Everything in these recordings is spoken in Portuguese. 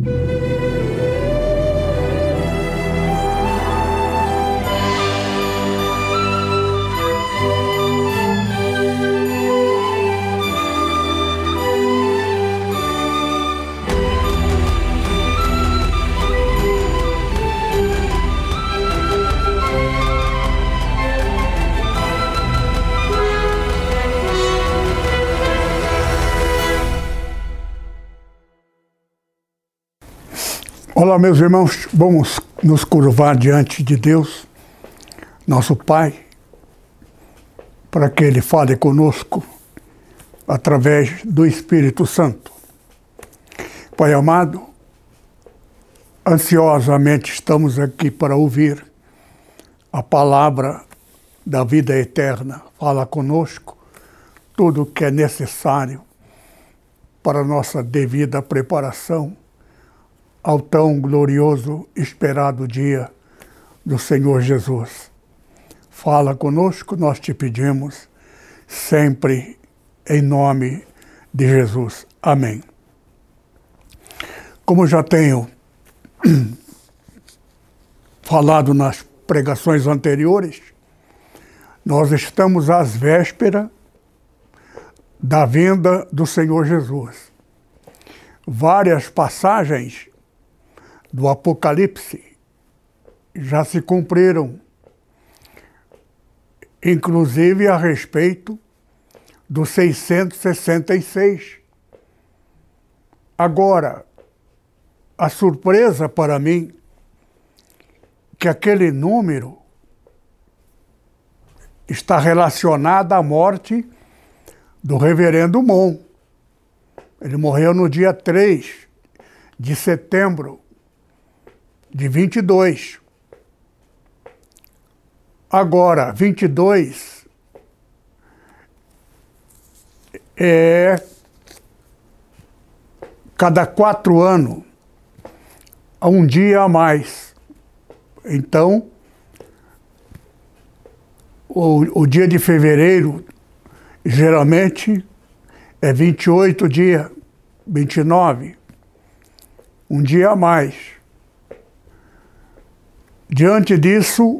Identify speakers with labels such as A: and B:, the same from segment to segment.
A: Olá, meus irmãos, vamos nos curvar diante de Deus, nosso Pai, para que Ele fale conosco através do Espírito Santo. Pai amado, ansiosamente estamos aqui para ouvir a palavra da vida eterna. Fala conosco tudo o que é necessário para a nossa devida preparação ao tão glorioso esperado dia do Senhor Jesus. Fala conosco, nós te pedimos, sempre em nome de Jesus. Amém. Como já tenho falado nas pregações anteriores, nós estamos às vésperas da vinda do Senhor Jesus. Várias passagens do Apocalipse já se cumpriram, inclusive a respeito do 666. Agora, a surpresa para mim que aquele número está relacionado à morte do reverendo Mon. Ele morreu no dia 3 de setembro de 22. Agora, 22 é cada 4 anos, um dia a mais. Então, o dia de fevereiro, geralmente, é 28 dias, 29, um dia a mais. Diante disso,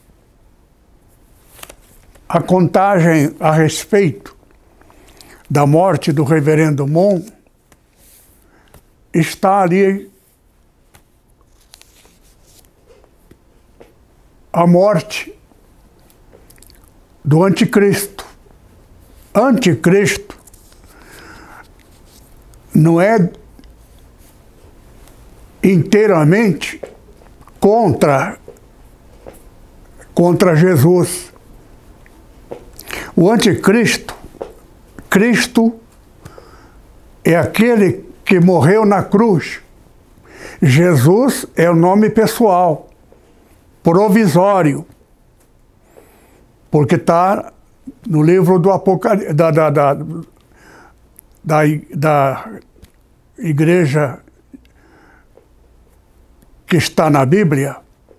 A: a contagem a respeito da morte do reverendo Mon está ali a morte do anticristo. Anticristo não é inteiramente contra Jesus. O anticristo, Cristo é aquele que morreu na cruz. Jesus é o nome pessoal, provisório, porque está no livro do Apocalipse, da igreja que está na Bíblia.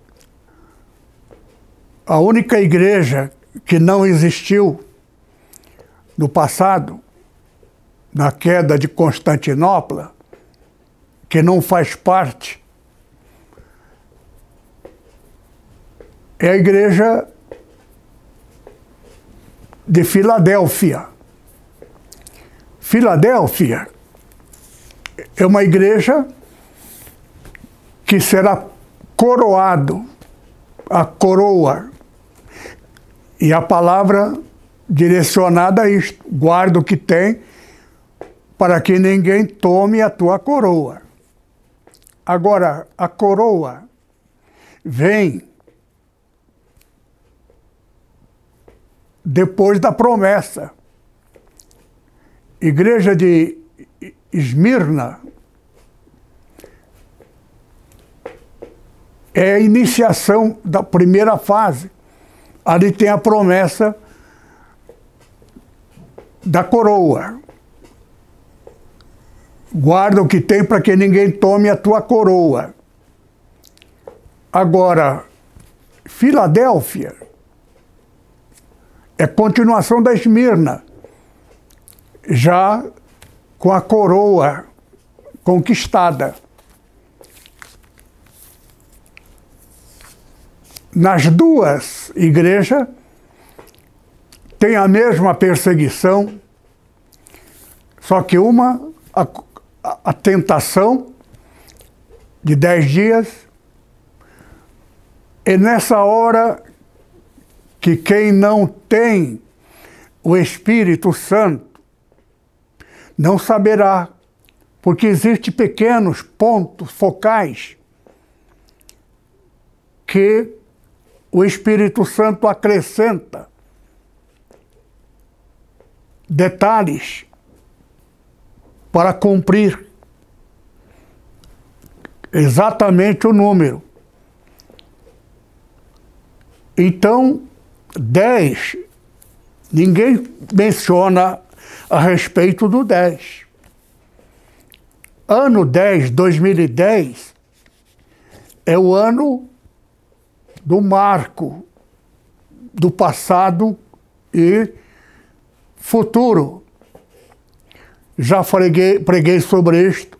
A: A única igreja que não existiu no passado, na queda de Constantinopla, que não faz parte, é a igreja de Filadélfia. Filadélfia é uma igreja que será coroado, a coroa. E a palavra direcionada a isto: guarda o que tem, para que ninguém tome a tua coroa. Agora, a coroa vem depois da promessa. Igreja de Esmirna é a iniciação da primeira fase. Ali tem a promessa da coroa. Guarda o que tem para que ninguém tome a tua coroa. Agora, Filadélfia é continuação da Esmirna, já com a coroa conquistada. nas duas igrejas tem a mesma perseguição, só que uma, a tentação de 10 dias, e nessa hora que quem não tem o Espírito Santo não saberá, porque existem pequenos pontos focais que o Espírito Santo acrescenta detalhes para cumprir exatamente o número. Então, 10, ninguém menciona a respeito do 10. Ano 10, 2010, é o ano do marco do passado e futuro. Já preguei sobre isto.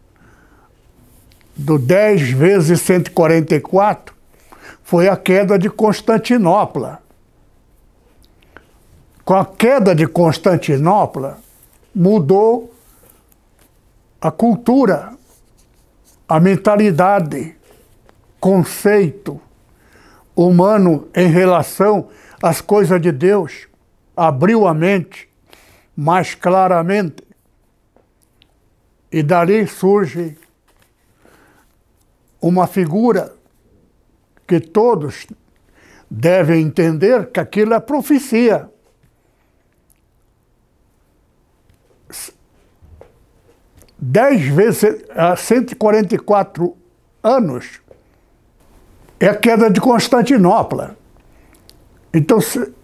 A: Do 10 vezes 144 foi a queda de Constantinopla. Com a queda de Constantinopla, mudou a cultura, a mentalidade, conceito humano em relação às coisas de Deus. Abriu a mente mais claramente. E dali surge uma figura que todos devem entender que aquilo é profecia. 10 vezes 144 anos é a queda de Constantinopla. Então,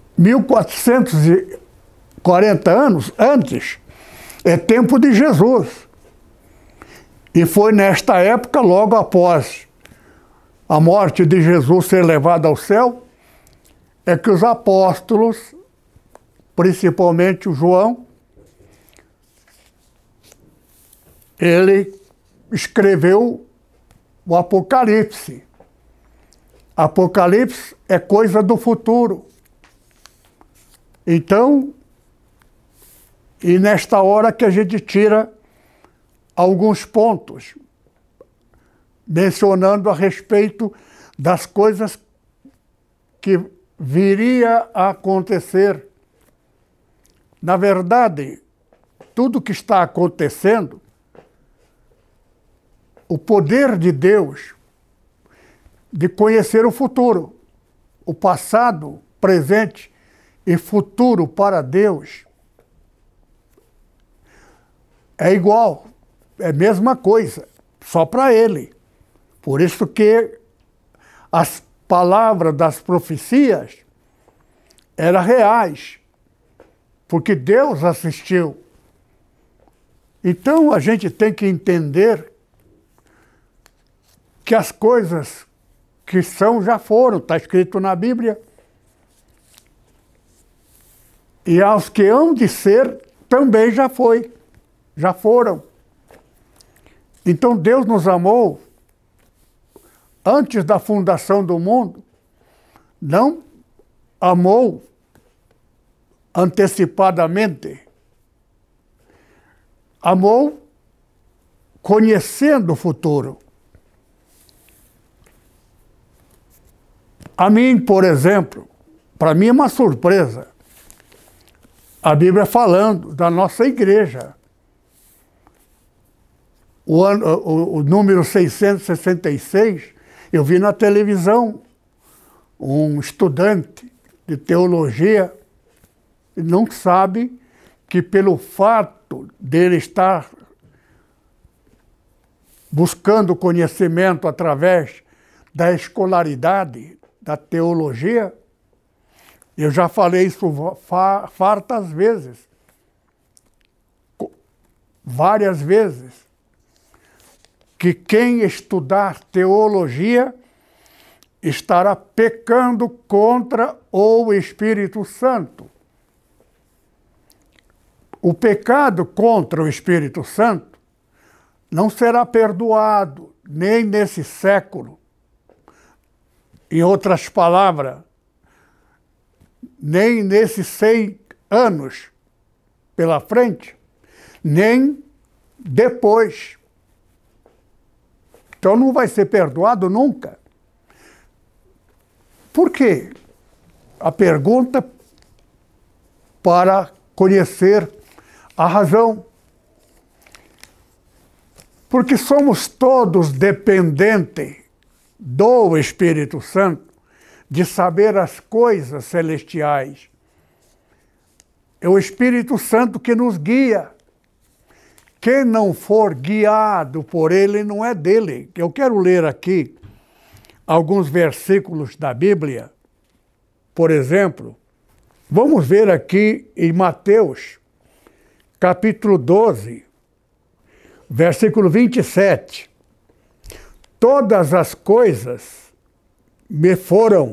A: 1440 anos antes é tempo de Jesus. E foi nesta época, logo após a morte de Jesus ser levado ao céu, é que os apóstolos, principalmente o João, ele escreveu o Apocalipse. Apocalipse é coisa do futuro. Então, e nesta hora que a gente tira alguns pontos, mencionando a respeito das coisas que viria a acontecer. Na verdade, tudo que está acontecendo, o poder de Deus de conhecer o futuro, o passado, presente e futuro para Deus é igual, é a mesma coisa, só para Ele. Por isso que as palavras das profecias eram reais, porque Deus assistiu. Então a gente tem que entender que as coisas que são já foram, está escrito na Bíblia. E aos que hão de ser, também já foi, já foram. Então Deus nos amou antes da fundação do mundo, não amou antecipadamente, amou conhecendo o futuro. A mim, por exemplo, para mim é uma surpresa, a Bíblia falando da nossa igreja. O número 666, eu vi na televisão um estudante de teologia e não sabe que pelo fato dele estar buscando conhecimento através da escolaridade, da teologia, eu já falei isso fartas vezes, várias vezes, que quem estudar teologia estará pecando contra o Espírito Santo. O pecado contra o Espírito Santo não será perdoado nem nesse século, Em outras palavras, nem nesses 100 anos pela frente, nem depois. Então não vai ser perdoado nunca. Por quê? A pergunta para conhecer a razão. Porque somos todos dependentes do Espírito Santo de saber as coisas celestiais. É o Espírito Santo que nos guia. Quem não for guiado por ele não é dele. Eu quero ler aqui alguns versículos da Bíblia. Por exemplo, vamos ver aqui em Mateus, capítulo 12, versículo 27. Todas as coisas me foram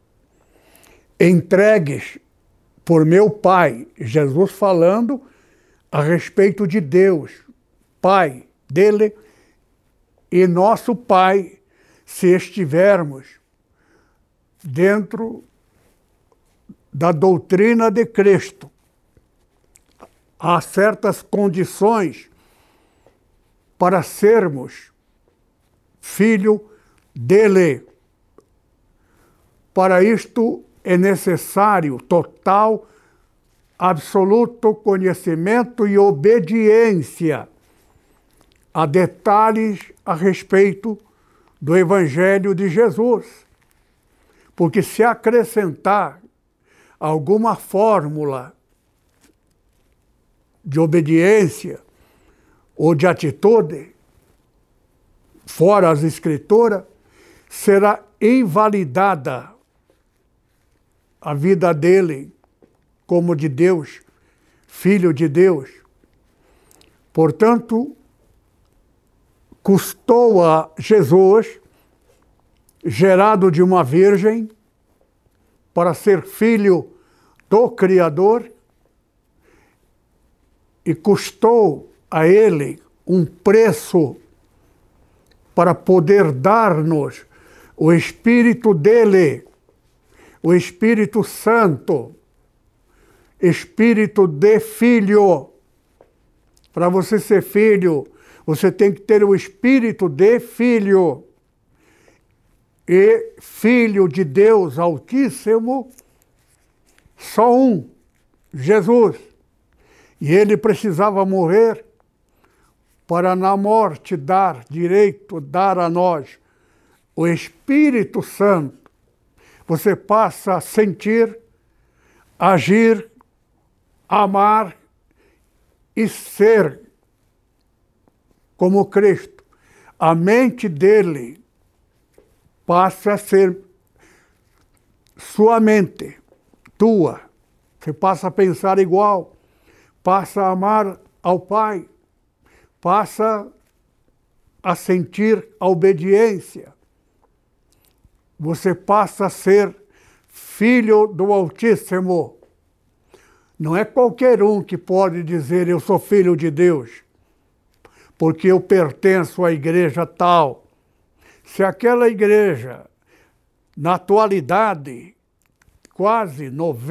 A: entregues por meu Pai. Jesus falando a respeito de Deus, Pai dele e nosso Pai, se estivermos dentro da doutrina de Cristo. Há certas condições para sermos filho dele. Para isto é necessário total, absoluto conhecimento e obediência a detalhes a respeito do Evangelho de Jesus. Porque se acrescentar alguma fórmula de obediência ou de atitude, fora as Escrituras, será invalidada a vida dele como de Deus, filho de Deus. Portanto, custou a Jesus, gerado de uma virgem, para ser filho do Criador, e custou a ele um preço para poder dar-nos o Espírito dele, o Espírito Santo, Espírito de filho. Para você ser filho, você tem que ter o Espírito de filho. E filho de Deus Altíssimo, só um, Jesus. E ele precisava morrer para na morte dar direito, dar a nós o Espírito Santo. Você passa a sentir, agir, amar e ser como Cristo. A mente dele passa a ser sua mente, tua. Você passa a pensar igual, passa a amar ao Pai, passa a sentir a obediência. Você passa a ser filho do Altíssimo. Não é qualquer um que pode dizer eu sou filho de Deus, porque eu pertenço à igreja tal. Se aquela igreja, na atualidade, quase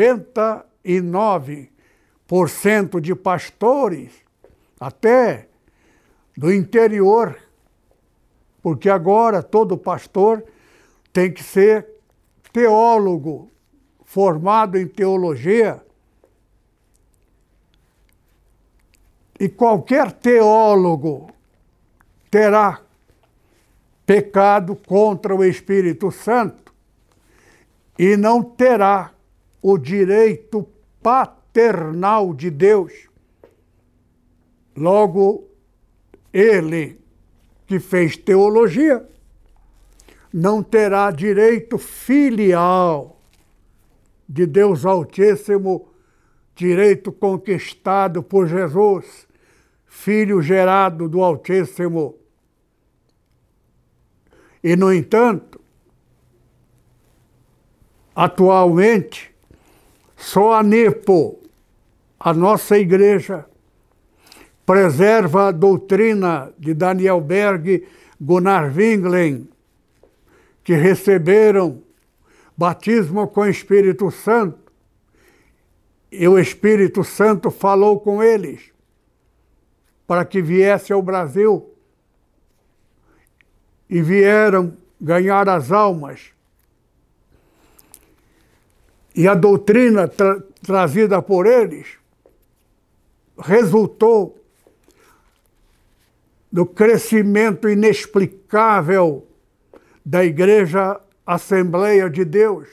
A: 99% de pastores, até do interior, porque agora todo pastor tem que ser teólogo, formado em teologia. E qualquer teólogo terá pecado contra o Espírito Santo e não terá o direito paternal de Deus. Logo, ele que fez teologia não terá direito filial de Deus Altíssimo, direito conquistado por Jesus, filho gerado do Altíssimo. E, no entanto, atualmente, só a NEPO, a nossa igreja, preserva a doutrina de Daniel Berg, Gunnar Wingren, que receberam batismo com o Espírito Santo. E o Espírito Santo falou com eles para que viesse ao Brasil. E vieram ganhar as almas. E a doutrina trazida por eles resultou do crescimento inexplicável da Igreja Assembleia de Deus.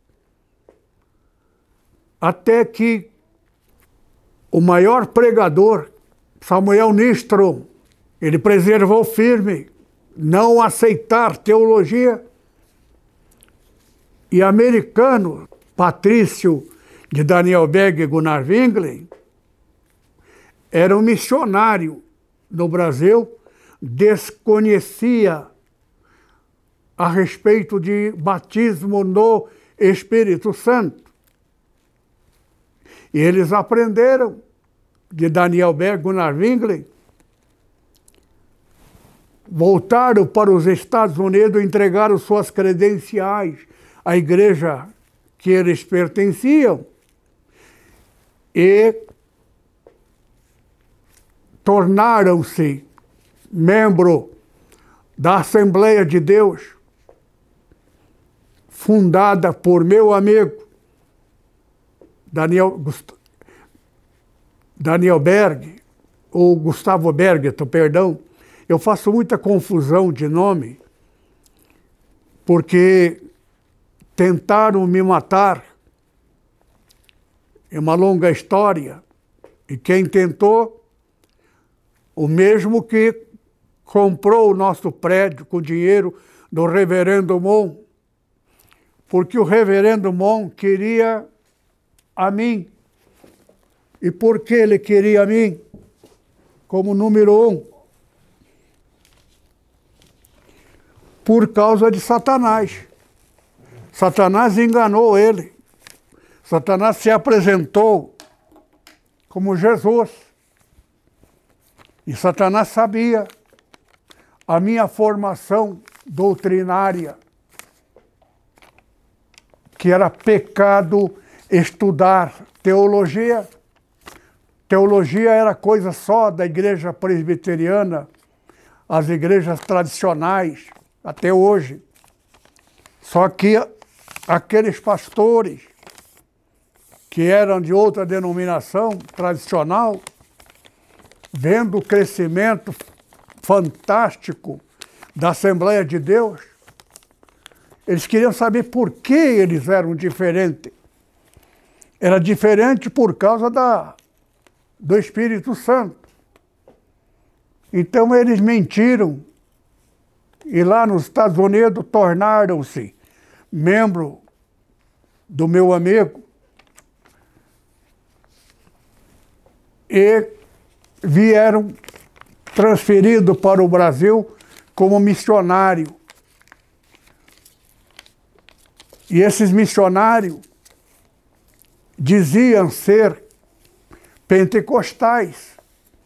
A: Até que o maior pregador, Samuel Nistrom, ele preservou firme não aceitar teologia. E americano, Patrício de Daniel Berg e Gunnar Wingren, era um missionário no Brasil, desconhecia a respeito de batismo no Espírito Santo. E eles aprenderam de Daniel Berg e Gunnar Wingren, voltaram para os Estados Unidos, entregaram suas credenciais à igreja que eles pertenciam e tornaram-se membro da Assembleia de Deus, fundada por meu amigo Daniel Berg, ou Gustavo Bergton, perdão. Eu faço muita confusão de nome, porque tentaram me matar. É uma longa história. E quem tentou, o mesmo que comprou o nosso prédio com dinheiro do reverendo Mon, porque o reverendo Mon queria a mim. E por que ele queria a mim? Como número 1. Por causa de Satanás. Satanás enganou ele. Satanás se apresentou como Jesus. E Satanás sabia a minha formação doutrinária, que era pecado estudar teologia. Teologia era coisa só da igreja presbiteriana, as igrejas tradicionais, até hoje. Só que aqueles pastores que eram de outra denominação tradicional, vendo o crescimento fantástico da Assembleia de Deus, eles queriam saber por que eles eram diferentes. Era diferente por causa do Espírito Santo. Então eles mentiram e lá nos Estados Unidos tornaram-se membro do meu amigo e vieram transferidos para o Brasil como missionário. E esses missionários diziam ser pentecostais.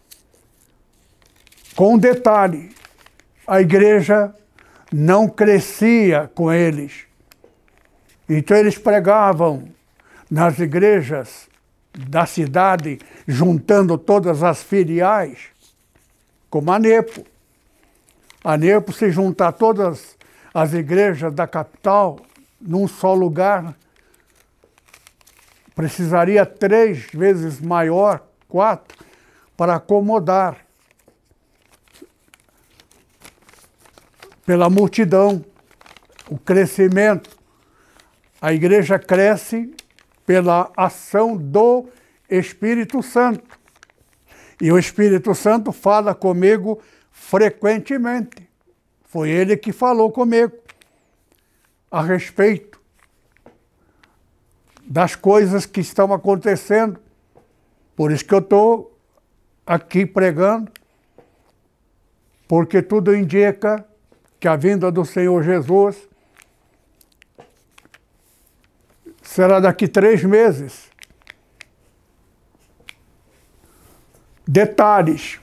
A: Com um detalhe, a igreja não crescia com eles. Então eles pregavam nas igrejas da cidade, juntando todas as filiais, como a NEPO. A NEPO, se juntar todas as igrejas da capital num só lugar, precisaria 3 vezes maior, 4, para acomodar pela multidão, o crescimento. A igreja cresce pela ação do Espírito Santo. E o Espírito Santo fala comigo frequentemente. Foi ele que falou comigo a respeito das coisas que estão acontecendo. Por isso que eu estou aqui pregando, porque tudo indica que a vinda do Senhor Jesus será daqui 3 meses. Detalhes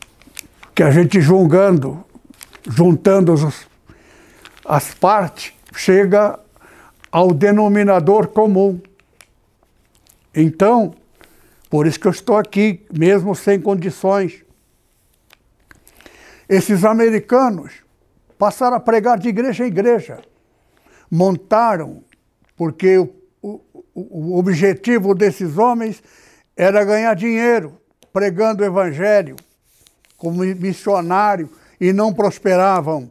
A: que a gente juntando as partes, chega ao denominador comum. Então, por isso que eu estou aqui, mesmo sem condições. Esses americanos passaram a pregar de igreja em igreja. Montaram, porque o objetivo desses homens era ganhar dinheiro, pregando o evangelho, como missionário, e não prosperavam.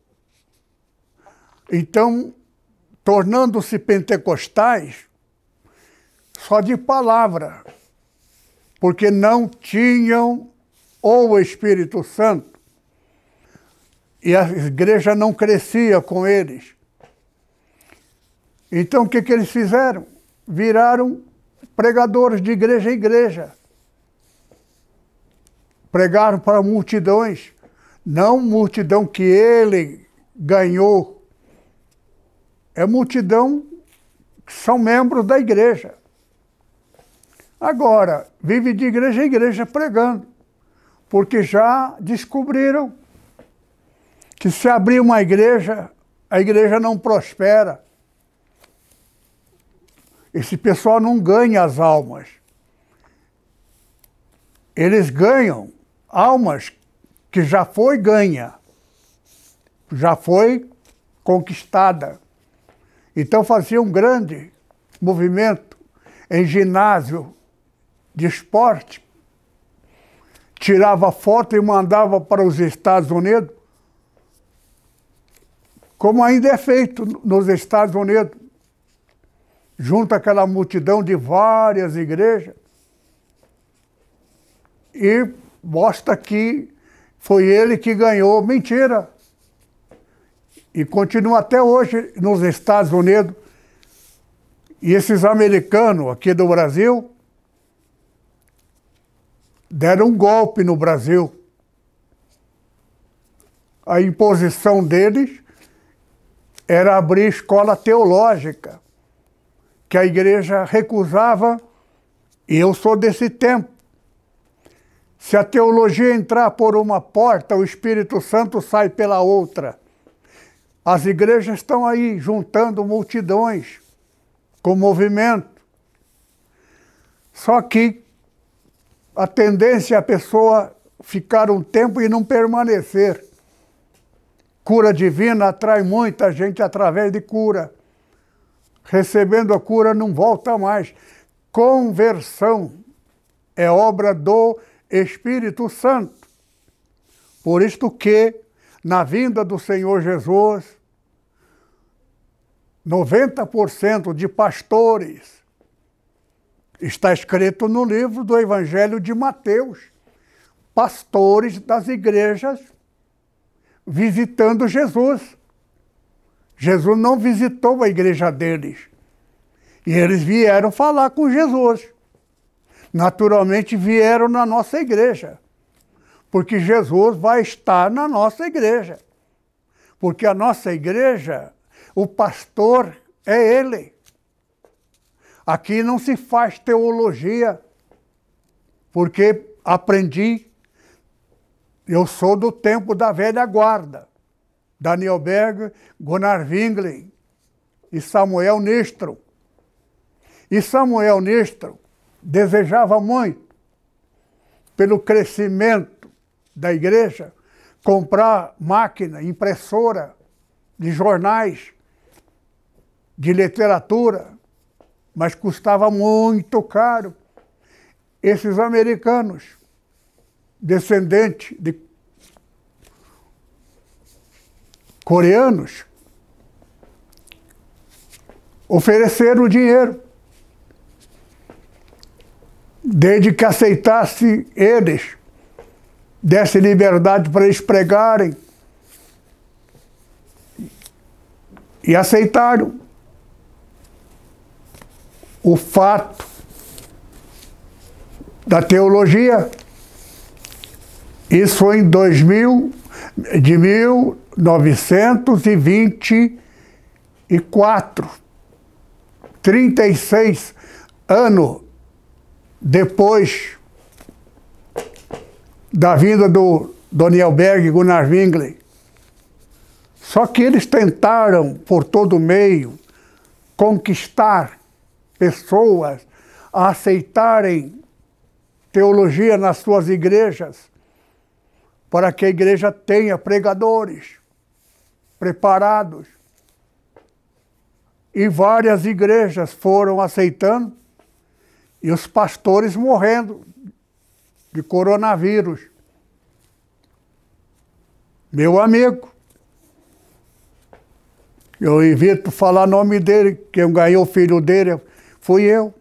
A: Então, tornando-se pentecostais, só de palavra, porque não tinham o Espírito Santo, e a igreja não crescia com eles. Então, o que eles fizeram? Viraram pregadores de igreja em igreja. Pregaram para multidões, não multidão que ele ganhou, é multidão que são membros da igreja. Agora, vive de igreja em igreja pregando, porque já descobriram que se abrir uma igreja, a igreja não prospera. Esse pessoal não ganha as almas. Eles ganham almas que já foi ganha, já foi conquistada. Então fazia um grande movimento em ginásio de esporte, tirava foto e mandava para os Estados Unidos, como ainda é feito nos Estados Unidos. Junta aquela multidão de várias igrejas e mostra que foi ele que ganhou. Mentira! E continua até hoje nos Estados Unidos. E esses americanos aqui do Brasil deram um golpe no Brasil. A imposição deles era abrir escola teológica, que a igreja recusava, e eu sou desse tempo. Se a teologia entrar por uma porta, o Espírito Santo sai pela outra. As igrejas estão aí juntando multidões com movimento. Só que a tendência é a pessoa ficar um tempo e não permanecer. Cura divina atrai muita gente através de cura. Recebendo a cura não volta mais. Conversão é obra do Espírito Santo. Por isto que, na vinda do Senhor Jesus, 90% de pastores, está escrito no livro do Evangelho de Mateus, pastores das igrejas visitando Jesus. Jesus não visitou a igreja deles. E eles vieram falar com Jesus. Naturalmente vieram na nossa igreja. Porque Jesus vai estar na nossa igreja. Porque a nossa igreja, o pastor é ele. Aqui não se faz teologia. Porque aprendi, eu sou do tempo da velha guarda. Daniel Berg, Gunnar Wingren e Samuel Nistro. E Samuel Nistro desejava muito, pelo crescimento da igreja, comprar máquina, impressora de jornais, de literatura, mas custava muito caro. Esses americanos, descendentes de coreanos, ofereceram dinheiro, desde que aceitasse eles, desse liberdade para eles pregarem. E aceitaram. O fato da teologia, isso em 1924, 36 anos depois da vinda do Daniel Berg e Gunnar Wingren. Só que eles tentaram, por todo meio, conquistar pessoas a aceitarem teologia nas suas igrejas, para que a igreja tenha pregadores preparados. E várias igrejas foram aceitando, e os pastores morrendo de coronavírus. Meu amigo, eu evito falar o nome dele, quem ganhou o filho dele fui eu.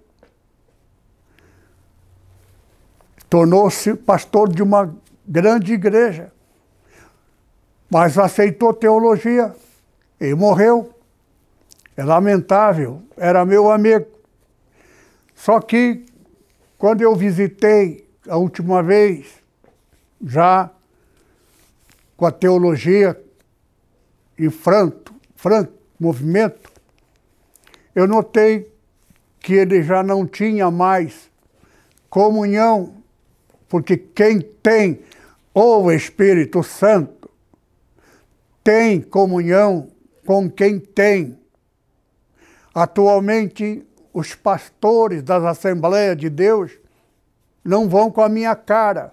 A: Tornou-se pastor de uma grande igreja, mas aceitou teologia e morreu. É lamentável, era meu amigo. Só que, quando eu visitei a última vez, já com a teologia e franco movimento, eu notei que ele já não tinha mais comunhão, porque quem tem o Espírito Santo tem comunhão com quem tem. Atualmente, os pastores das Assembleias de Deus não vão com a minha cara.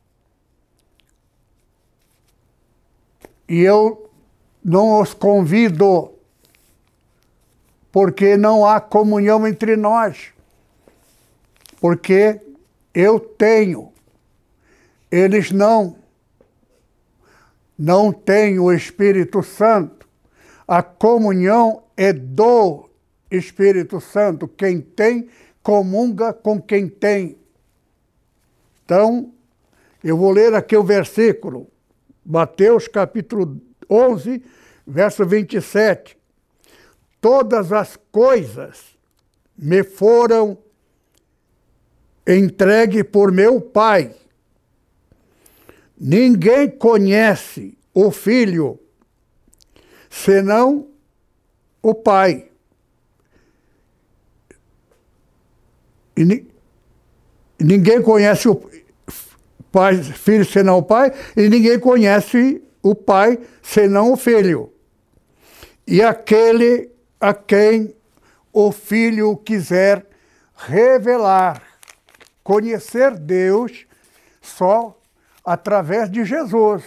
A: E eu não os convido, porque não há comunhão entre nós. Porque eu tenho, eles não têm o Espírito Santo. A comunhão é do Espírito Santo. Quem tem, comunga com quem tem. Então, eu vou ler aqui o versículo, Mateus capítulo 11, verso 27. Todas as coisas me foram entregues por meu Pai. Ninguém conhece o Filho, senão o Pai. E ninguém conhece o Pai, Filho senão o Pai, e ninguém conhece o Pai senão o Filho. E aquele a quem o Filho quiser revelar, conhecer Deus só através de Jesus.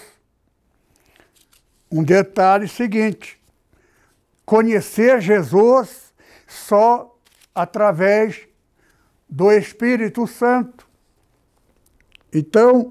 A: Um detalhe seguinte: conhecer Jesus só através do Espírito Santo. Então,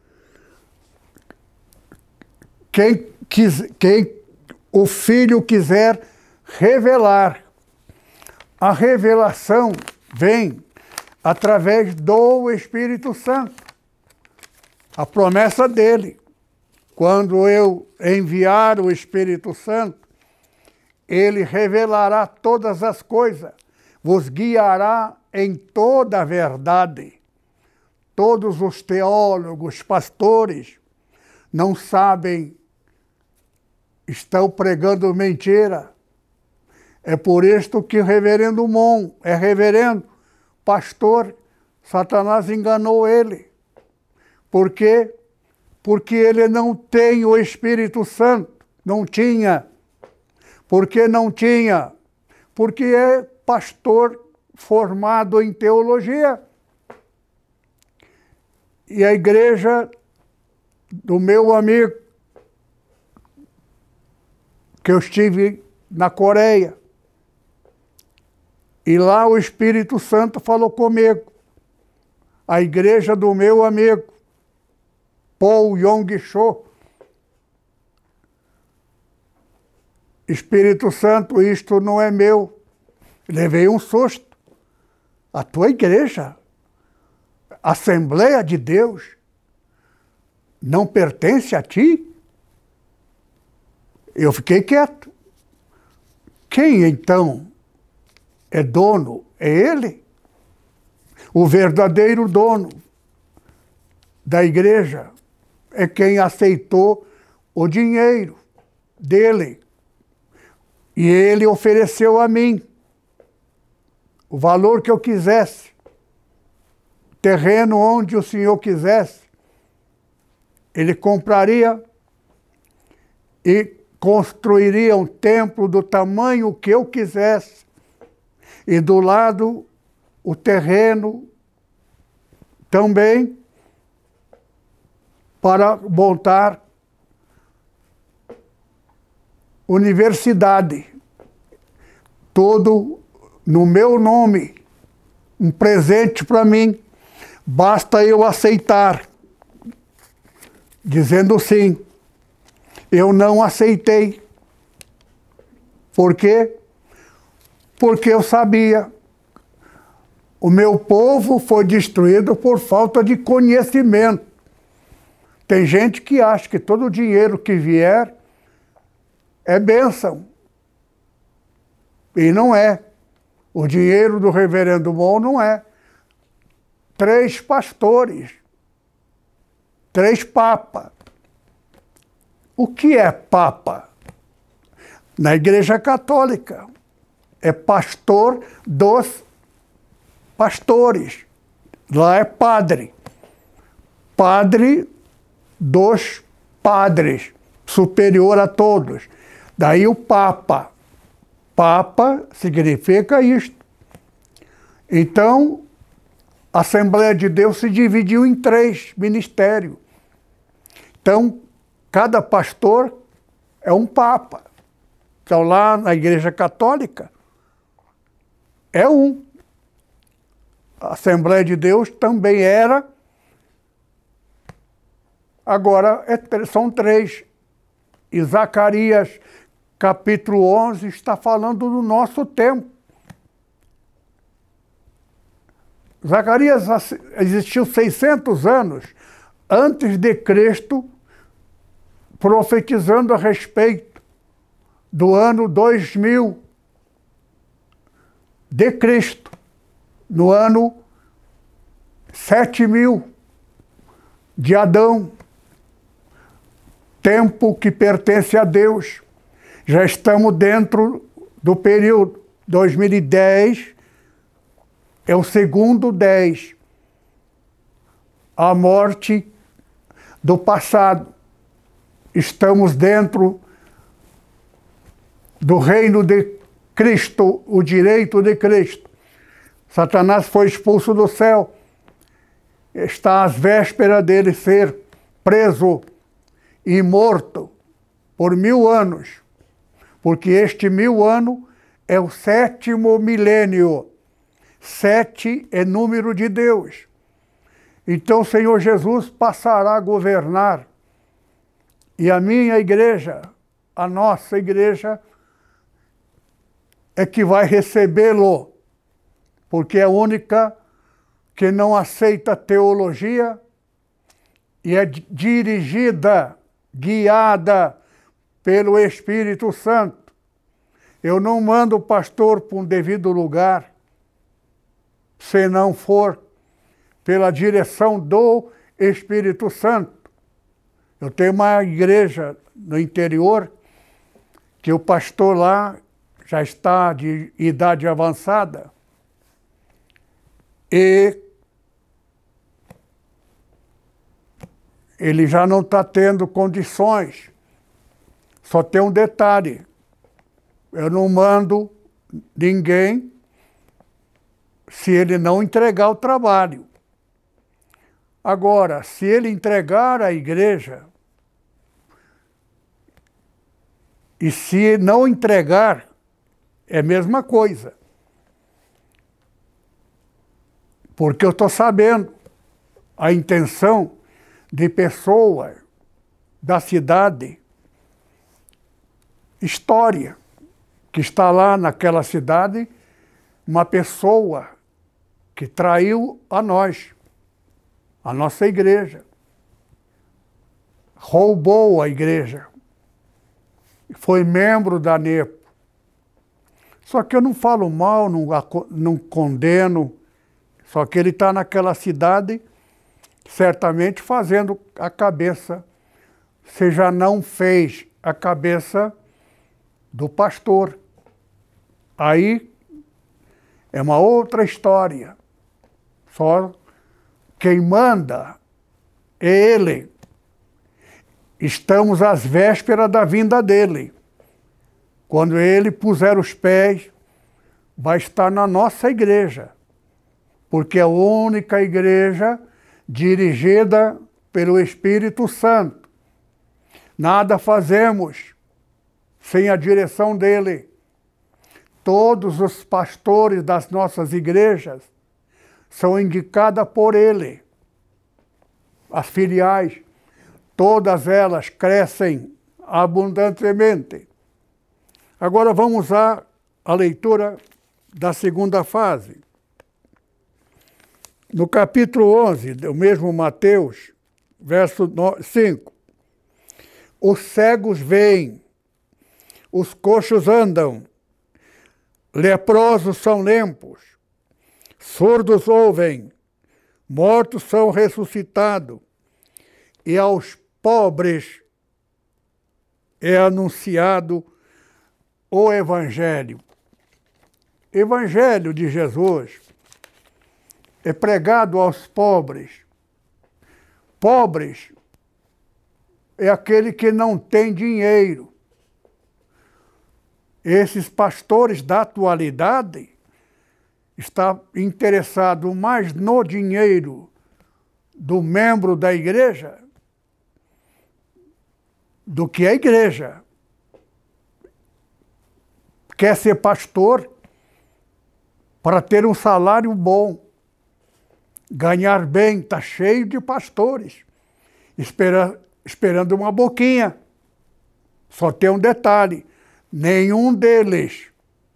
A: quem o Filho quiser revelar, a revelação vem através do Espírito Santo. A promessa dele, quando eu enviar o Espírito Santo, ele revelará todas as coisas, vos guiará em toda a verdade. Todos os teólogos, pastores, não sabem, estão pregando mentira. É por isto que o reverendo Mon é reverendo, pastor, Satanás enganou ele. Por quê? Porque ele não tem o Espírito Santo. Não tinha. Por que não tinha? Porque é pastor formado em teologia. E a igreja do meu amigo, que eu estive na Coreia, e lá o Espírito Santo falou comigo. A igreja do meu amigo, Paul Yong-cho. Espírito Santo, isto não é meu. Levei um susto. A tua igreja, Assembleia de Deus, não pertence a ti? Eu fiquei quieto. Quem então é dono? É ele? O verdadeiro dono da igreja é quem aceitou o dinheiro dele. E ele ofereceu a mim o valor que eu quisesse, terreno onde o senhor quisesse, ele compraria e construiria um templo do tamanho que eu quisesse, e do lado o terreno também para montar universidade, tudo no meu nome, um presente para mim, basta eu aceitar, dizendo sim. Eu não aceitei. Por quê? Porque eu sabia. O meu povo foi destruído por falta de conhecimento. Tem gente que acha que todo o dinheiro que vier é bênção. E não é. O dinheiro do reverendo Mon não é. 3 pastores, 3 papas. O que é papa? Na Igreja Católica, é pastor dos pastores. Lá é padre. Padre dos padres, superior a todos. Daí o papa. Papa significa isto. Então, a Assembleia de Deus se dividiu em 3 ministérios. Então, cada pastor é um papa. Então, lá na Igreja Católica, é um. A Assembleia de Deus também era. Agora, são 3. E Zacarias, capítulo 11, está falando do nosso tempo. Zacarias existiu 600 anos antes de Cristo, profetizando a respeito do ano 2000 de Cristo, no ano 7000 de Adão, tempo que pertence a Deus. Já estamos dentro do período 2010, é o segundo 10, a morte do passado. Estamos dentro do reino de Cristo, o direito de Cristo. Satanás foi expulso do céu. Está às vésperas dele ser preso e morto por 1000 anos, porque este 1000 anos é o 7º milênio. 7 é número de Deus. Então o Senhor Jesus passará a governar. E a minha igreja, a nossa igreja, é que vai recebê-lo, porque é a única que não aceita teologia e é dirigida, guiada pelo Espírito Santo. Eu não mando o pastor para um devido lugar, se não for pela direção do Espírito Santo. Eu tenho uma igreja no interior, que o pastor lá já está de idade avançada, e ele já não está tendo condições. Só tem um detalhe: eu não mando ninguém se ele não entregar o trabalho. Agora, se ele entregar a igreja, e se não entregar, é a mesma coisa. Porque eu estou sabendo a intenção de pessoas da cidade, história, que está lá naquela cidade, uma pessoa que traiu a nós, a nossa igreja, roubou a igreja, foi membro da NEPO. Só que eu não falo mal, não condeno, só que ele está naquela cidade, certamente fazendo a cabeça, se já não fez a cabeça do pastor. Aí é uma outra história. Só quem manda é ele. estamos às vésperas da vinda dele. Quando ele puser os pés, vai estar na nossa igreja, porque é a única igreja dirigida pelo Espírito Santo. Nada fazemos sem a direção dele. Todos os pastores das nossas igrejas são indicadas por ele. As filiais, todas elas crescem abundantemente. Agora vamos à leitura da segunda fase. No capítulo 11, do mesmo Mateus, verso 5. Os cegos veem, os coxos andam, leprosos são limpos, surdos ouvem, mortos são ressuscitados, e aos pobres é anunciado o Evangelho. Evangelho de Jesus é pregado aos pobres. Pobres é aquele que não tem dinheiro. Esses pastores da atualidade estão interessados mais no dinheiro do membro da igreja do que a igreja. Quer ser pastor para ter um salário bom, ganhar bem, está cheio de pastores, esperando uma boquinha. Só tem um detalhe: nenhum deles,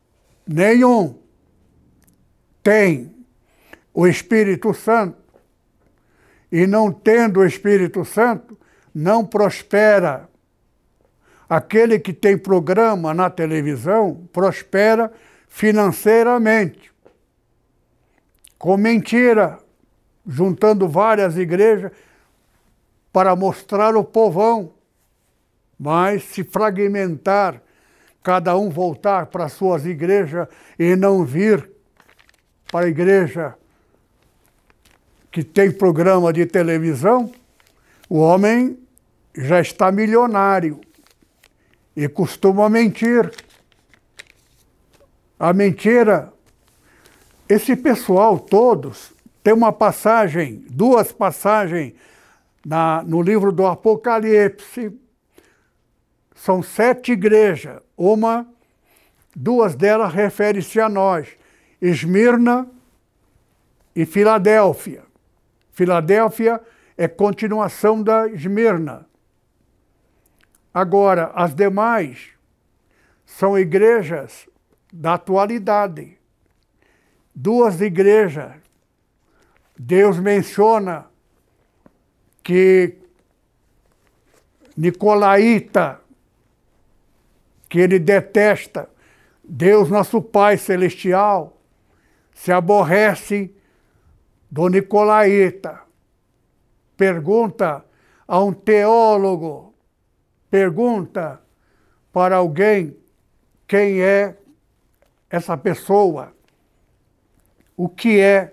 A: tem o Espírito Santo. E não tendo o Espírito Santo, não prospera. Aquele que tem programa na televisão prospera financeiramente, com mentira, juntando várias igrejas para mostrar o povão. Mas se fragmentar, cada um voltar para suas igrejas e não vir para a igreja que tem programa de televisão, o homem já está milionário e costuma mentir. A mentira, esse pessoal todos, tem uma passagem, duas passagens no livro do Apocalipse. São 7 igrejas, duas delas referem-se a nós, Esmirna e Filadélfia. Filadélfia é continuação da Esmirna. Agora, as demais são igrejas da atualidade. 2 igrejas, Deus menciona que Nicolaíta, que ele detesta, Deus nosso Pai Celestial, se aborrece do Nicolaíta. Pergunta a um teólogo, pergunta para alguém quem é essa pessoa, o que é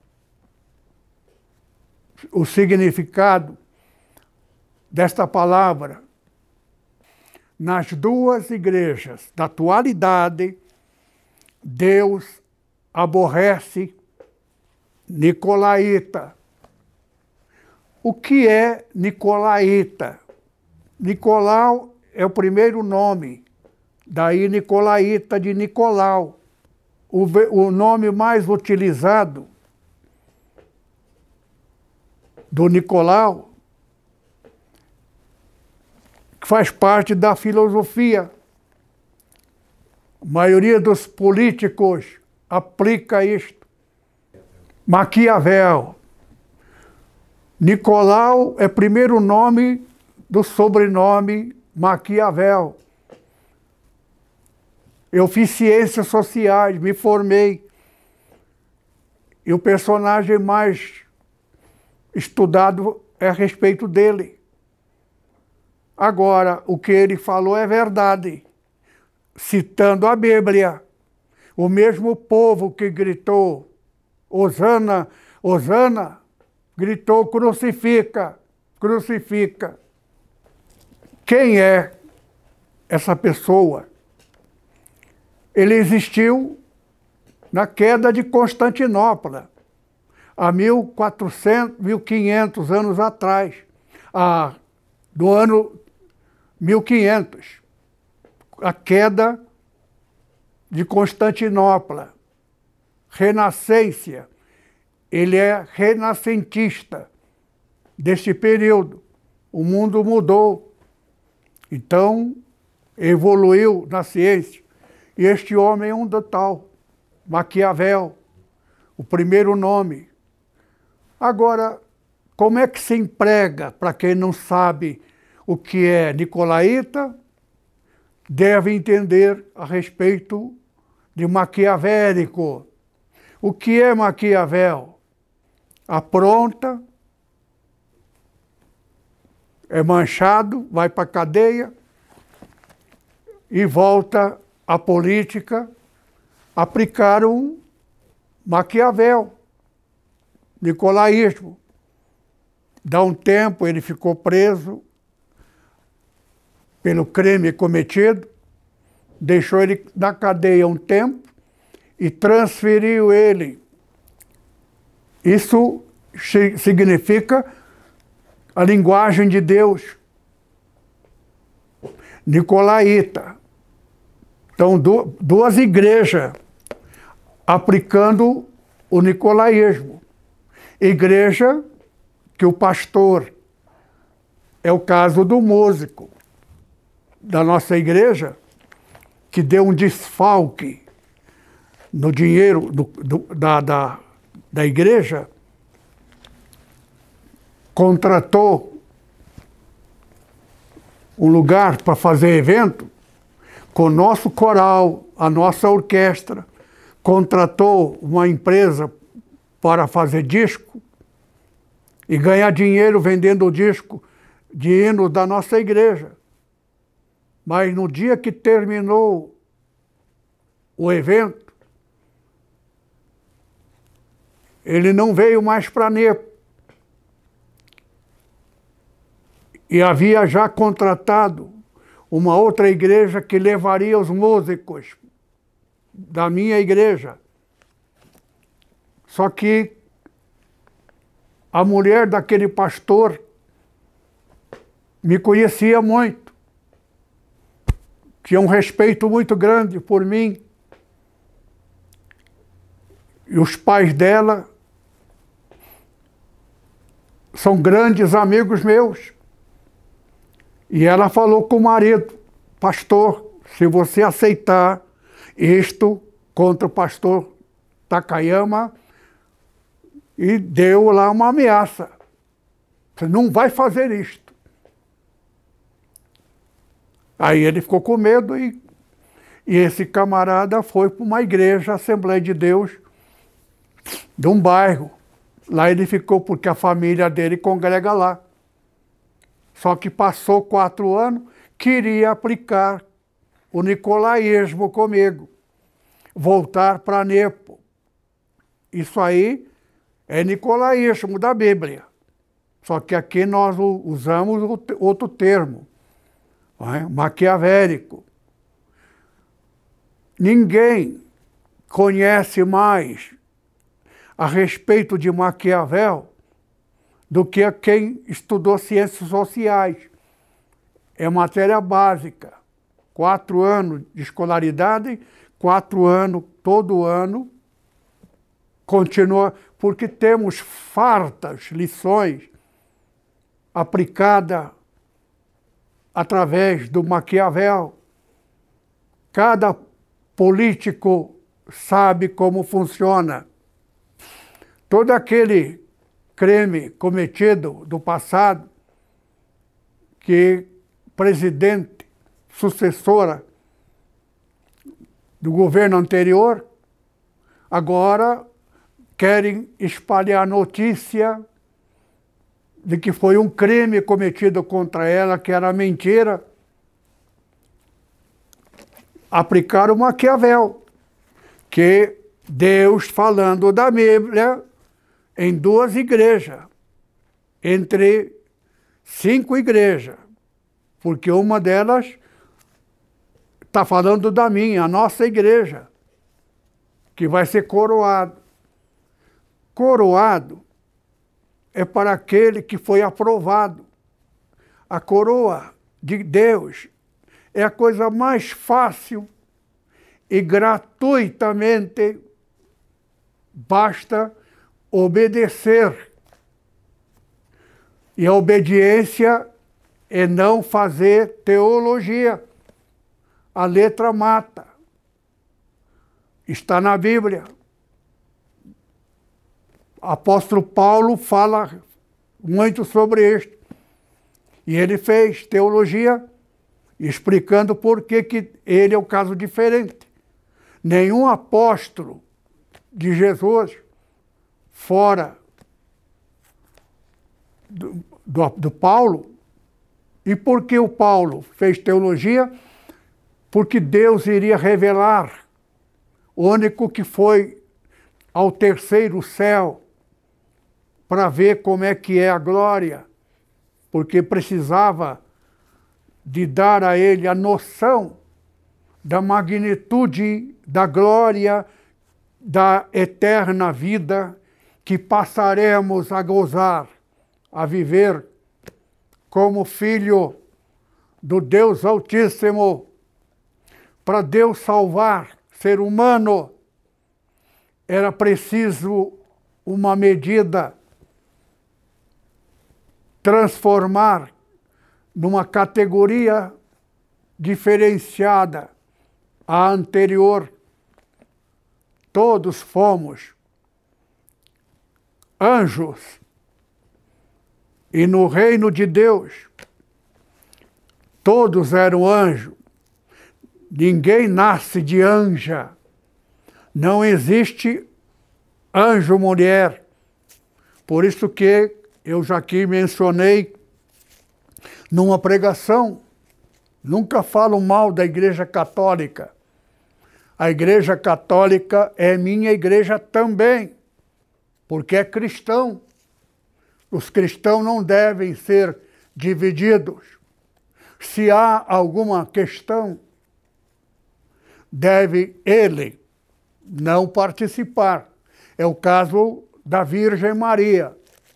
A: o significado desta palavra. Nas 2 igrejas da atualidade, Deus aborrece Nicolaíta. O que é Nicolaíta? Nicolau é o primeiro nome, daí Nicolaíta de Nicolau. O nome mais utilizado do Nicolau, que faz parte da filosofia. A maioria dos políticos aplica isto. Maquiavel. Nicolau é primeiro nome do sobrenome Maquiavel. Eu fiz ciências sociais, me formei. E o personagem mais estudado é a respeito dele. Agora, o que ele falou é verdade. Citando a Bíblia, o mesmo povo que gritou Hosana, Hosana, gritou crucifica, crucifica. Quem é essa pessoa? Ele existiu na queda de Constantinopla, há 1500 anos atrás, do ano 1500, a queda de Constantinopla, renascência. Ele é renascentista deste período. O mundo mudou, então evoluiu na ciência. E este homem é um tal, Maquiavel, o primeiro nome. Agora, como é que se emprega, para quem não sabe o que é nicolaíta, deve entender a respeito de maquiavélico. O que é Maquiavel? Apronta, é manchado, vai para a cadeia e volta à política. Aplicaram Maquiavel, nicolaísmo. Dá um tempo, ele ficou preso pelo crime cometido, deixou ele na cadeia um tempo e transferiu ele. Isso significa a linguagem de Deus, nicolaíta. Então, duas igrejas aplicando o nicolaísmo. Igreja que o pastor é o caso do músico da nossa igreja, que deu um desfalque no dinheiro da igreja, contratou um lugar para fazer evento com o nosso coral, a nossa orquestra, contratou uma empresa para fazer disco e ganhar dinheiro vendendo o disco de hino da nossa igreja. Mas no dia que terminou o evento, ele não veio mais para Nepo. E havia já contratado uma outra igreja que levaria os músicos da minha igreja. Só que a mulher daquele pastor me conhecia muito, tinha um respeito muito grande por mim. E os pais dela são grandes amigos meus. E ela falou com o marido: pastor, se você aceitar isto contra o pastor Takayama, e deu lá uma ameaça. Você não vai fazer isto. Aí ele ficou com medo e esse camarada foi para uma igreja, Assembleia de Deus, de um bairro. Lá ele ficou porque a família dele congrega lá. Só que passou 4 anos, queria aplicar o nicolaísmo comigo, voltar para Nepo. Isso aí é nicolaísmo da Bíblia. Só que aqui nós usamos outro termo, não é? Maquiavélico. Ninguém conhece mais a respeito de Maquiavel do que quem estudou ciências sociais. É matéria básica. 4 anos de escolaridade, 4 anos, todo ano, continua, porque temos fartas lições aplicadas através do Maquiavel. Cada político sabe como funciona. Todo aquele crime cometido do passado, que presidente, sucessora do governo anterior, agora querem espalhar notícia de que foi um crime cometido contra ela, que era mentira. Aplicaram Maquiavel, que Deus falando da Bíblia em 2 igrejas, entre 5 igrejas. porque uma delas está falando da minha, a nossa igreja, que vai ser coroado. Coroado é para aquele que foi aprovado. A coroa de Deus é a coisa mais fácil e gratuitamente basta obedecer. E a obediência é não fazer teologia. A letra mata. Está na Bíblia. Apóstolo Paulo fala muito sobre isto. E ele fez teologia explicando por que ele é o caso diferente. Nenhum apóstolo de Jesus, fora do Paulo, e por que o Paulo fez teologia? Porque Deus iria revelar, o único que foi ao terceiro céu, para ver como é que é a glória, porque precisava de dar a ele a noção da magnitude da glória da eterna vida que passaremos a gozar, a viver como filho do Deus Altíssimo. Para Deus salvar ser humano, era preciso uma medida, transformar numa categoria diferenciada à anterior. Todos fomos anjos. E no reino de Deus, todos eram anjos. Ninguém nasce de anja. Não existe anjo-mulher. Por isso que eu já aqui mencionei numa pregação, nunca falo mal da Igreja Católica. A Igreja Católica é minha igreja também, porque é cristão. Os cristãos não devem ser divididos. Se há alguma questão, deve ele não participar. É o caso da Virgem Maria.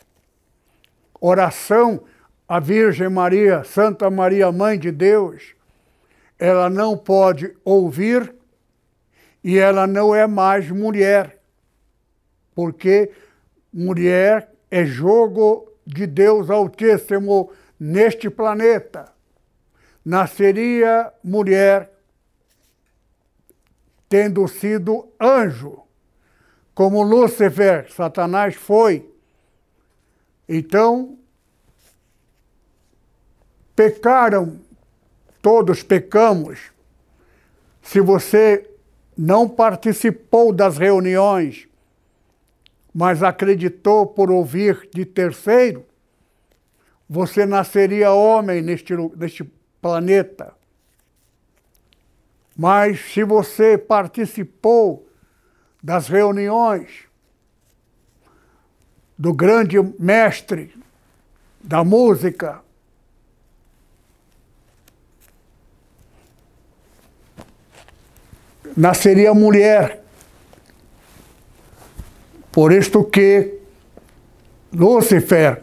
A: Oração à Virgem Maria, Santa Maria, Mãe de Deus, ela não pode ouvir e ela não é mais mulher, porque mulher é jogo de Deus Altíssimo neste planeta. Nasceria mulher tendo sido anjo, como Lúcifer, Satanás foi. Então, pecaram, todos pecamos. Se você não participou das reuniões, mas acreditou por ouvir de terceiro, você nasceria homem neste planeta. Mas se você participou das reuniões do grande mestre da música, nasceria mulher. Por isto que Lúcifer,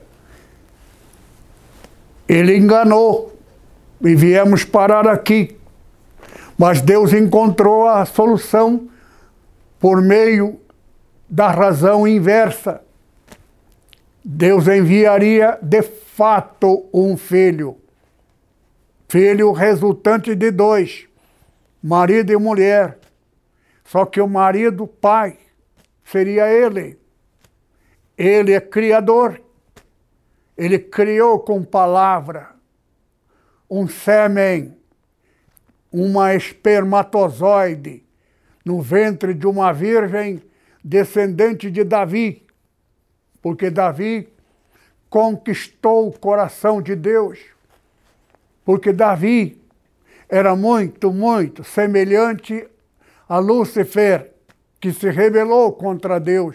A: ele enganou e viemos parar aqui. Mas Deus encontrou a solução por meio da razão inversa. Deus enviaria de fato um filho. Filho resultante de dois, marido e mulher. Só que o marido, pai, seria ele. Ele é criador. Ele criou com palavra um sêmen, uma espermatozoide, no ventre de uma virgem descendente de Davi, porque Davi conquistou o coração de Deus, porque Davi era muito, muito semelhante a Lúcifer, que se rebelou contra Deus.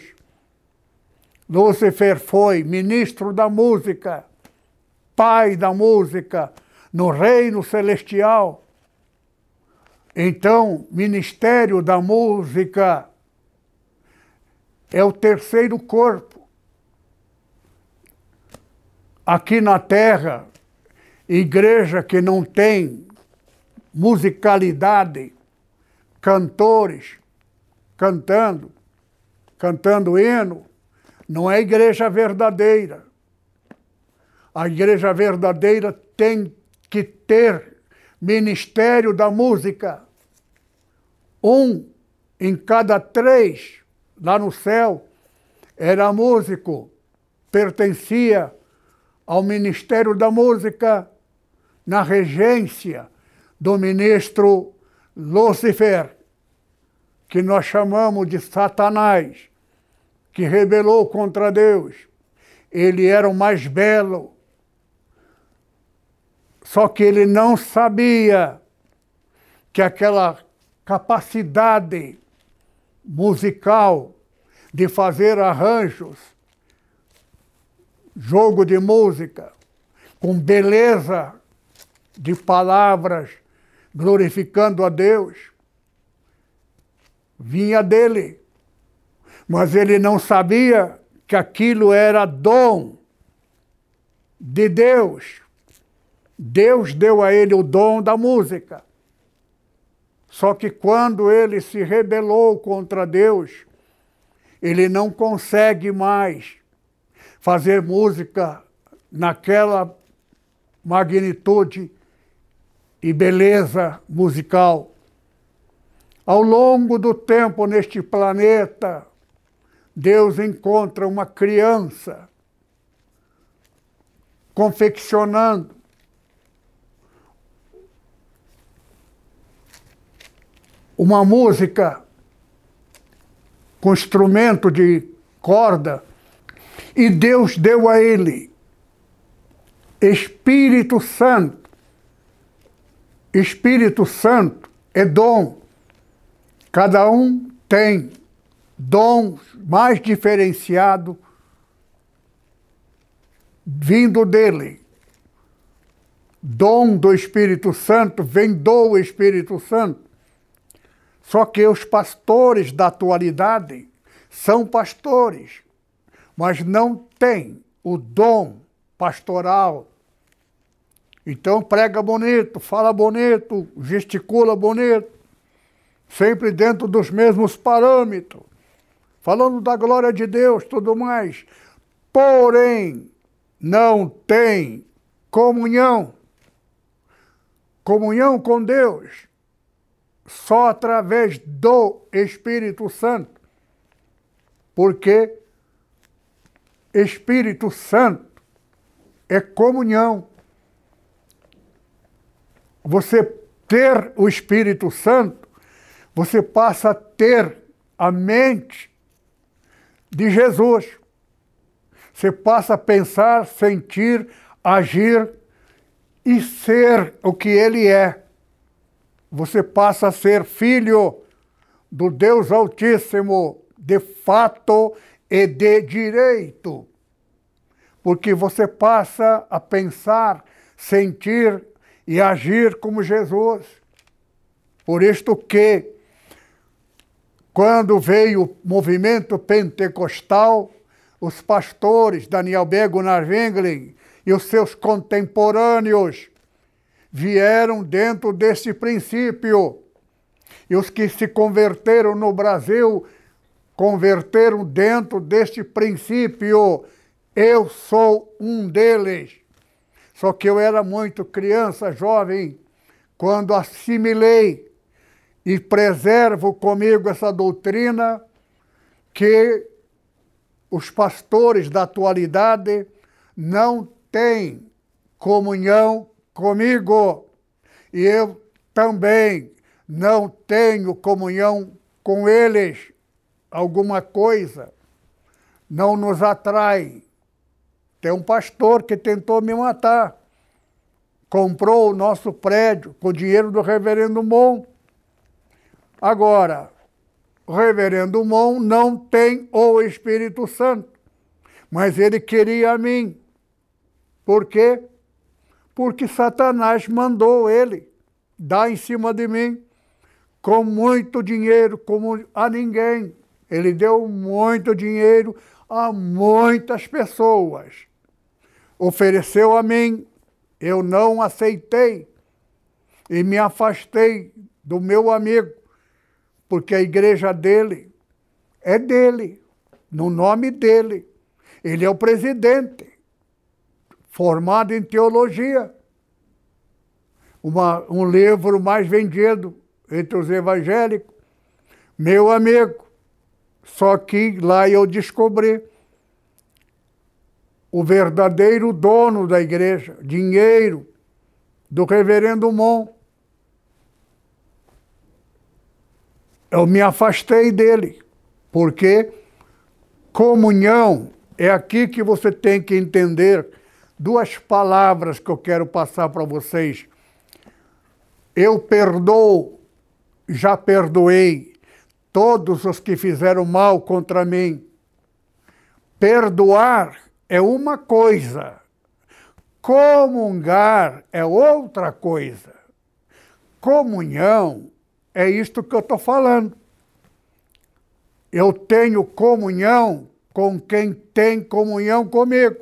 A: Lúcifer foi ministro da música, pai da música, no reino celestial. Então, ministério da música é o terceiro corpo. Aqui na terra, igreja que não tem musicalidade, cantores cantando hino, não é igreja verdadeira. A igreja verdadeira tem que ter ministério da música. 1 em cada 3 lá no céu era músico, pertencia ao ministério da música na regência do ministro Lúcifer, que nós chamamos de Satanás, que rebelou contra Deus. Ele era o mais belo, só que ele não sabia que aquela capacidade musical de fazer arranjos, jogo de música, com beleza de palavras, glorificando a Deus, vinha dele. Mas ele não sabia que aquilo era dom de Deus. Deus deu a ele o dom da música. Só que quando ele se rebelou contra Deus, ele não consegue mais fazer música naquela magnitude e beleza musical. Ao longo do tempo neste planeta, Deus encontra uma criança confeccionando uma música com instrumento de corda, e Deus deu a ele Espírito Santo. Espírito Santo é dom. Cada um tem dons mais diferenciados vindo dele. Dom do Espírito Santo vem do Espírito Santo. Só que os pastores da atualidade são pastores, mas não têm o dom pastoral. Então prega bonito, fala bonito, gesticula bonito, sempre dentro dos mesmos parâmetros, falando da glória de Deus, tudo mais. Porém, não tem comunhão com Deus, só através do Espírito Santo. Porque Espírito Santo é comunhão. Você ter o Espírito Santo, você passa a ter a mente de Jesus. Você passa a pensar, sentir, agir e ser o que ele é. Você passa a ser filho do Deus Altíssimo, de fato e de direito. Porque você passa a pensar, sentir e agir como Jesus. Por isto que, quando veio o movimento pentecostal, os pastores Daniel B. Gunnar Wengling e os seus contemporâneos vieram dentro desse princípio. E os que se converteram no Brasil converteram dentro deste princípio. Eu sou um deles. Só que eu era muito criança, jovem, quando assimilei e preservo comigo essa doutrina que os pastores da atualidade não têm comunhão comigo. E eu também não tenho comunhão com eles. Alguma coisa não nos atrai. Tem um pastor que tentou me matar. Comprou o nosso prédio com o dinheiro do reverendo Mon. Agora, o reverendo Mon não tem o Espírito Santo, mas ele queria a mim. Por quê? porque Satanás mandou ele dar em cima de mim com muito dinheiro, como a ninguém. Ele deu muito dinheiro a muitas pessoas. Ofereceu a mim, eu não aceitei e me afastei do meu amigo, porque a igreja dele é dele, no nome dele. Ele é o presidente, formado em teologia. Um livro mais vendido entre os evangélicos. Meu amigo. Só que lá eu descobri o verdadeiro dono da igreja, dinheiro, do reverendo Mon. Eu me afastei dele, porque comunhão é aqui que você tem que entender duas palavras que eu quero passar para vocês. Eu perdoo, já perdoei todos os que fizeram mal contra mim. Perdoar é uma coisa, comungar é outra coisa. Comunhão é isto que eu estou falando. Eu tenho comunhão com quem tem comunhão comigo.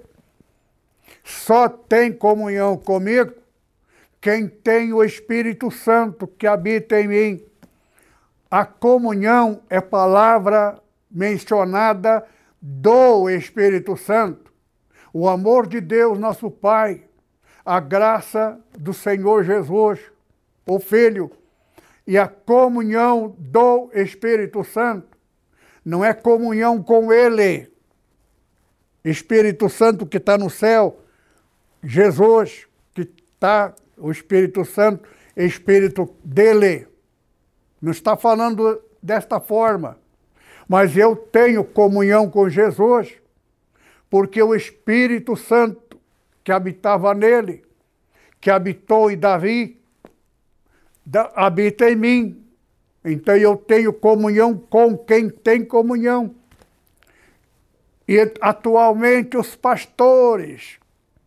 A: Só tem comunhão comigo quem tem o Espírito Santo que habita em mim. A comunhão é palavra mencionada do Espírito Santo. O amor de Deus, nosso Pai, a graça do Senhor Jesus, o Filho, e a comunhão do Espírito Santo. Não é comunhão com Ele. Espírito Santo que está no céu, Jesus que está, o Espírito Santo, Espírito dele. Não está falando desta forma. Mas eu tenho comunhão com Jesus, porque o Espírito Santo que habitava nele, que habitou em Davi, habita em mim. Então eu tenho comunhão com quem tem comunhão. E atualmente os pastores,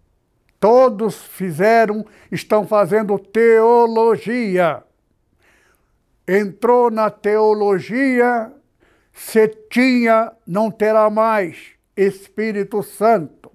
A: todos estão fazendo teologia. Entrou na teologia, se tinha, não terá mais Espírito Santo.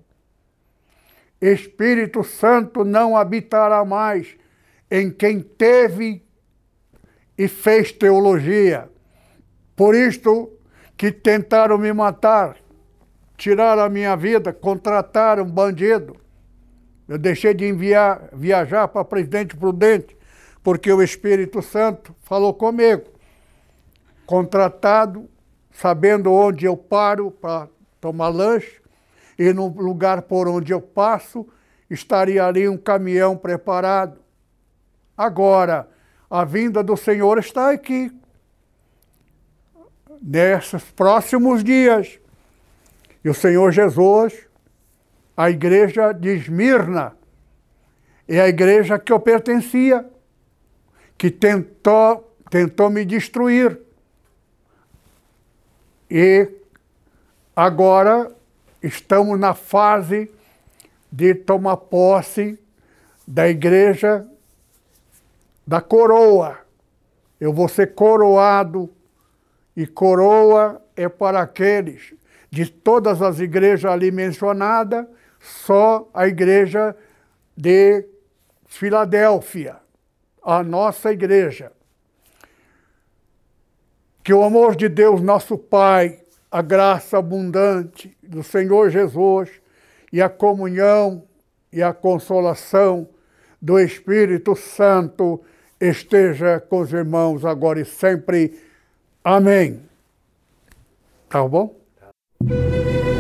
A: Espírito Santo não habitará mais em quem teve e fez teologia. Por isto que tentaram me matar, tiraram a minha vida, contrataram um bandido. Eu deixei de viajar para Presidente Prudente, porque o Espírito Santo falou comigo. Contratado, sabendo onde eu paro para tomar lanche, e no lugar por onde eu passo, estaria ali um caminhão preparado. Agora, a vinda do Senhor está aqui. Nesses próximos dias. E o Senhor Jesus, a igreja de Esmirna, é a igreja que eu pertencia, que tentou me destruir. E agora estamos na fase de tomar posse da igreja da coroa. Eu vou ser coroado, e coroa é para aqueles de todas as igrejas ali mencionadas, só a igreja de Filadélfia, a nossa igreja. Que o amor de Deus, nosso Pai, a graça abundante do Senhor Jesus e a comunhão e a consolação do Espírito Santo esteja com os irmãos agora e sempre. Amém. Tá bom?